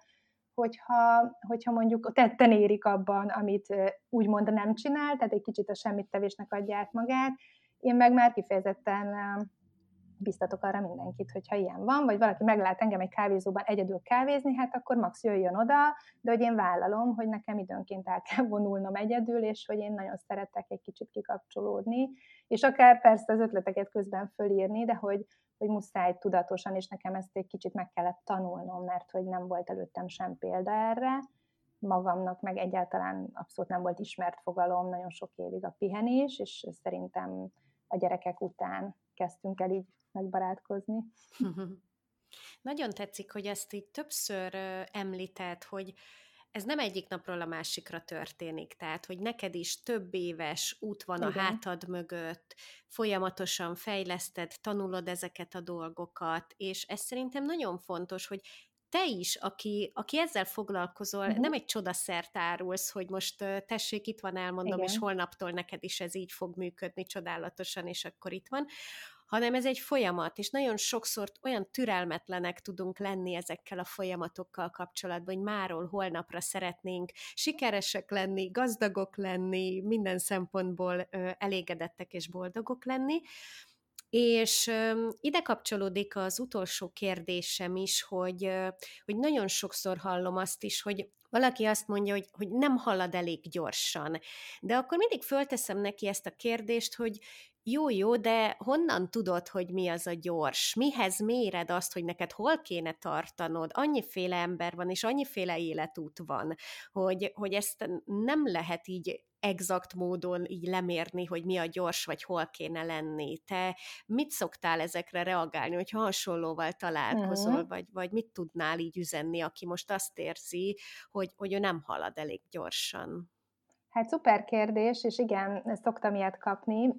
hogyha mondjuk tetten érik abban, amit úgymond nem csinál, tehát egy kicsit a semmittevésnek adja át magát. Én meg már kifejezetten biztatok arra mindenkit, hogyha ilyen van, vagy valaki meglát engem egy kávézóban egyedül kávézni, hát akkor max jöjjön oda, de hogy én vállalom, hogy nekem időnként el kell vonulnom egyedül, és hogy én nagyon szeretek egy kicsit kikapcsolódni, és akár persze az ötleteket közben fölírni, de hogy muszáj tudatosan, és nekem ezt egy kicsit meg kellett tanulnom, mert hogy nem volt előttem sem példa erre, magamnak meg egyáltalán abszolút nem volt ismert fogalom nagyon sok évig a pihenés, és szerintem a gyerekek után kezdtünk el így megbarátkozni. Nagyon tetszik, hogy ezt így többször említed, hogy ez nem egyik napról a másikra történik, tehát, hogy neked is több éves út van a hátad mögött, folyamatosan fejleszted, tanulod ezeket a dolgokat, és ez szerintem nagyon fontos, hogy te is, aki ezzel foglalkozol, nem egy csodaszert árulsz, hogy most tessék, itt van, elmondom, és holnaptól neked is ez így fog működni csodálatosan, és akkor itt van, hanem ez egy folyamat, és nagyon sokszor olyan türelmetlenek tudunk lenni ezekkel a folyamatokkal kapcsolatban, hogy máról holnapra szeretnénk sikeresek lenni, gazdagok lenni, minden szempontból elégedettek és boldogok lenni. És ide kapcsolódik az utolsó kérdésem is, hogy nagyon sokszor hallom azt is, hogy valaki azt mondja, hogy nem halad elég gyorsan. De akkor mindig fölteszem neki ezt a kérdést, hogy jó, de honnan tudod, hogy mi az a gyors? Mihez méred azt, hogy neked hol kéne tartanod? Annyiféle ember van, és annyiféle életút van, hogy ezt nem lehet így exakt módon így lemérni, hogy mi a gyors, vagy hol kéne lenni. Te mit szoktál ezekre reagálni, hogyha hasonlóval találkozol, vagy mit tudnál így üzenni, aki most azt érzi, hogy ő nem halad elég gyorsan? Hát szuper kérdés, és igen, szoktam ilyet kapni.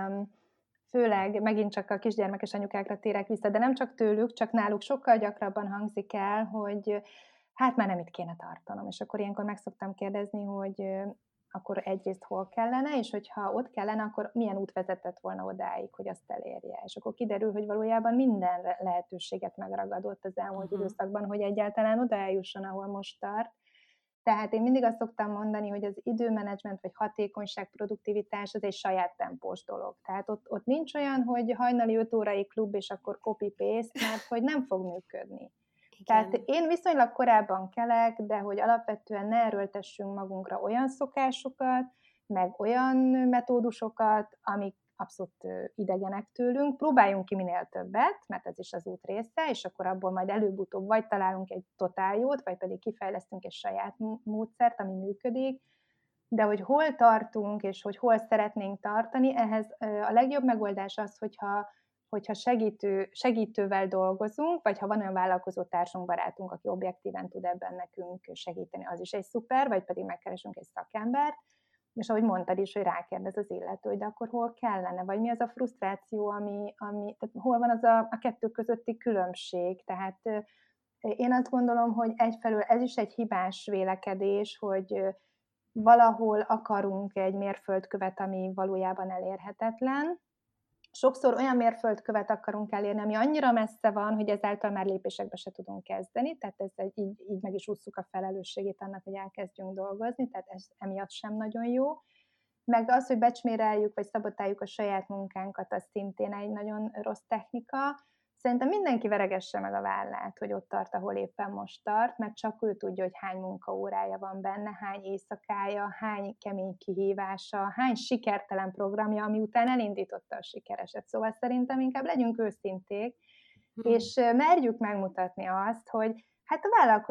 Főleg megint csak a kisgyermekes anyukákra térek vissza, de nem csak tőlük, csak náluk sokkal gyakrabban hangzik el, hogy hát már nem itt kéne tartanom. És akkor ilyenkor meg szoktam kérdezni, hogy akkor egyrészt hol kellene, és hogyha ott kellene, akkor milyen út vezetett volna odáig, hogy azt elérje. És akkor kiderül, hogy valójában minden lehetőséget megragadott az elmúlt időszakban, hogy egyáltalán oda eljusson, ahol most tart. Tehát én mindig azt szoktam mondani, hogy az időmenedzsment, vagy hatékonyság, produktivitás az egy saját tempós dolog. Tehát ott nincs olyan, hogy hajnali 5 órai klub, és akkor copy-paste, mert hogy nem fog működni. Igen. Tehát én viszonylag korábban kelek, de hogy alapvetően ne erőltessünk magunkra olyan szokásokat, meg olyan metódusokat, amik abszolút idegenek tőlünk. Próbáljunk ki minél többet, mert ez is az út része, és akkor abból majd előbb-utóbb vagy találunk egy totál jót, vagy pedig kifejlesztünk egy saját módszert, ami működik, de hogy hol tartunk, és hogy hol szeretnénk tartani, ehhez a legjobb megoldás az, hogyha segítővel dolgozunk, vagy ha van olyan vállalkozó társunk, barátunk, aki objektíven tud ebben nekünk segíteni, az is egy szuper, vagy pedig megkeresünk egy szakembert, és ahogy mondtad is, hogy rákérdez az illető, hogy de akkor hol kellene, vagy mi az a frusztráció, tehát hol van az a kettő közötti különbség. Tehát én azt gondolom, hogy egyfelől ez is egy hibás vélekedés, hogy valahol akarunk egy mérföldkövet, ami valójában elérhetetlen. Sokszor olyan mérföldkövet akarunk elérni, ami annyira messze van, hogy ezáltal már lépésekbe se tudunk kezdeni, tehát így meg is ússzuk a felelősségét annak, hogy elkezdjünk dolgozni, tehát ez emiatt sem nagyon jó. Meg az, hogy becsméreljük vagy szabotáljuk a saját munkánkat, az szintén egy nagyon rossz technika. Szerintem mindenki veregesse meg a vállát, hogy ott tart, ahol éppen most tart, mert csak ő tudja, hogy hány munkaórája van benne, hány éjszakája, hány kemény kihívása, hány sikertelen programja, ami után elindította a sikereset. Szóval szerintem inkább legyünk őszinték, Hmm. és merjük megmutatni azt, hogy hát a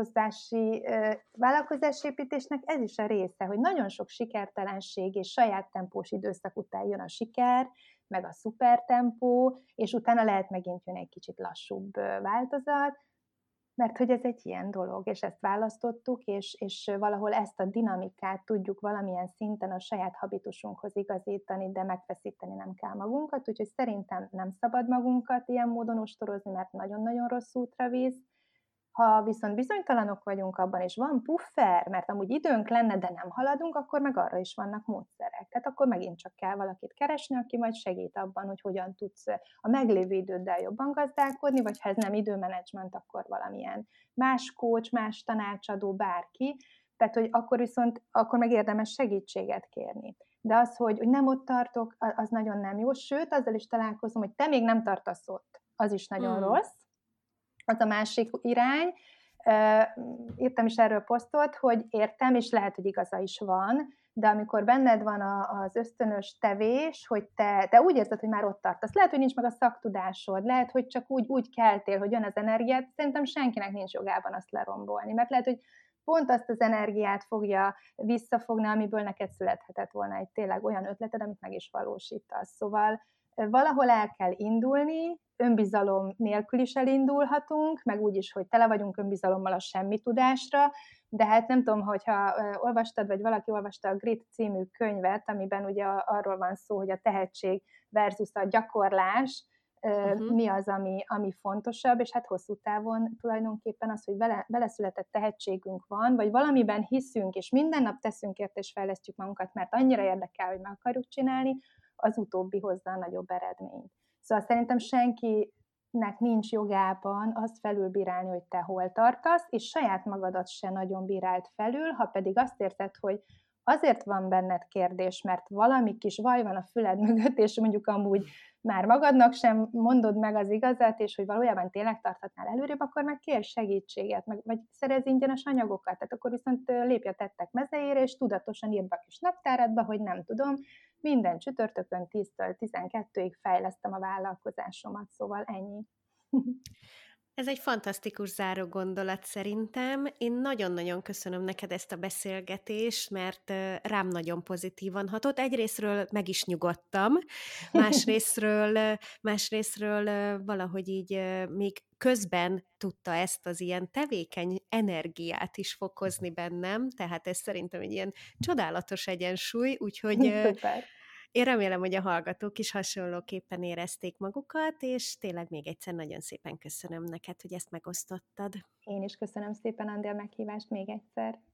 vállalkozásépítésnek ez is a része, hogy nagyon sok sikertelenség és saját tempós időszak után jön a siker, meg a szupertempó, és utána lehet megint jön egy kicsit lassúbb változat, mert hogy ez egy ilyen dolog, és ezt választottuk, és valahol ezt a dinamikát tudjuk valamilyen szinten a saját habitusunkhoz igazítani, de megfeszíteni nem kell magunkat, úgyhogy szerintem nem szabad magunkat ilyen módon ostorozni, mert nagyon-nagyon rossz útra visz. Ha viszont bizonytalanok vagyunk abban, és van puffer, mert amúgy időnk lenne, de nem haladunk, akkor meg arra is vannak módszerek. Tehát akkor megint csak kell valakit keresni, aki majd segít abban, hogy hogyan tudsz a meglévő időddel jobban gazdálkodni, vagy ha ez nem időmenedzsment, akkor valamilyen más coach, más tanácsadó, bárki. Tehát, hogy akkor viszont, akkor meg érdemes segítséget kérni. De az, hogy nem ott tartok, az nagyon nem jó. Sőt, azzal is találkozom, hogy te még nem tartasz ott. Az is nagyon Hmm. rossz. Az a másik irány. Írtam is erről posztot, hogy értem, és lehet, hogy igaza is van, de amikor benned van az ösztönös tevés, hogy te úgy érzed, hogy már ott tartasz, lehet, hogy nincs meg a szaktudásod, lehet, hogy csak úgy keltél, hogy jön az energiát, szerintem senkinek nincs jogában azt lerombolni, mert lehet, hogy pont azt az energiát fogja visszafogni, amiből neked születhetett volna egy tényleg olyan ötleted, amit meg is valósítasz. Szóval valahol el kell indulni, önbizalom nélkül is elindulhatunk, meg úgy is, hogy tele vagyunk önbizalommal a semmi tudásra, de hát nem tudom, hogyha olvastad, vagy valaki olvasta a Grit című könyvet, amiben ugye arról van szó, hogy a tehetség versus a gyakorlás, Uh-huh. mi az, ami fontosabb, és hát hosszú távon tulajdonképpen az, hogy beleszületett tehetségünk van, vagy valamiben hiszünk, és minden nap teszünk érte, és fejlesztjük magunkat, mert annyira érdekel, hogy meg akarjuk csinálni, az utóbbi hozza a nagyobb eredményt. Szóval szerintem senkinek nincs jogában azt felülbírálni, hogy te hol tartasz, és saját magadat se nagyon bírált felül, ha pedig azt érzed, hogy azért van benned kérdés, mert valami kis vaj van a füled mögött, és mondjuk amúgy már magadnak sem mondod meg az igazat, és hogy valójában tényleg tarthatnál előrébb, akkor meg kér segítséget, vagy szerez ingyenes anyagokat, tehát akkor viszont lépj a tettek mezeire, és tudatosan írd be a kis naptáradba, hogy nem tudom, minden csütörtökön 10-től 12-ig fejlesztem a vállalkozásomat, szóval ennyi. Ez egy fantasztikus záró gondolat szerintem. Én nagyon-nagyon köszönöm neked ezt a beszélgetést, mert rám nagyon pozitívan hatott. Egyrészről meg is nyugodtam, másrészről valahogy így még közben tudta ezt az ilyen tevékeny energiát is fokozni bennem, tehát ez szerintem egy ilyen csodálatos egyensúly, úgyhogy Szuper. én remélem, hogy a hallgatók is hasonlóképpen érezték magukat, és tényleg még egyszer nagyon szépen köszönöm neked, hogy ezt megosztottad. Én is köszönöm szépen, Andi, a meghívást még egyszer.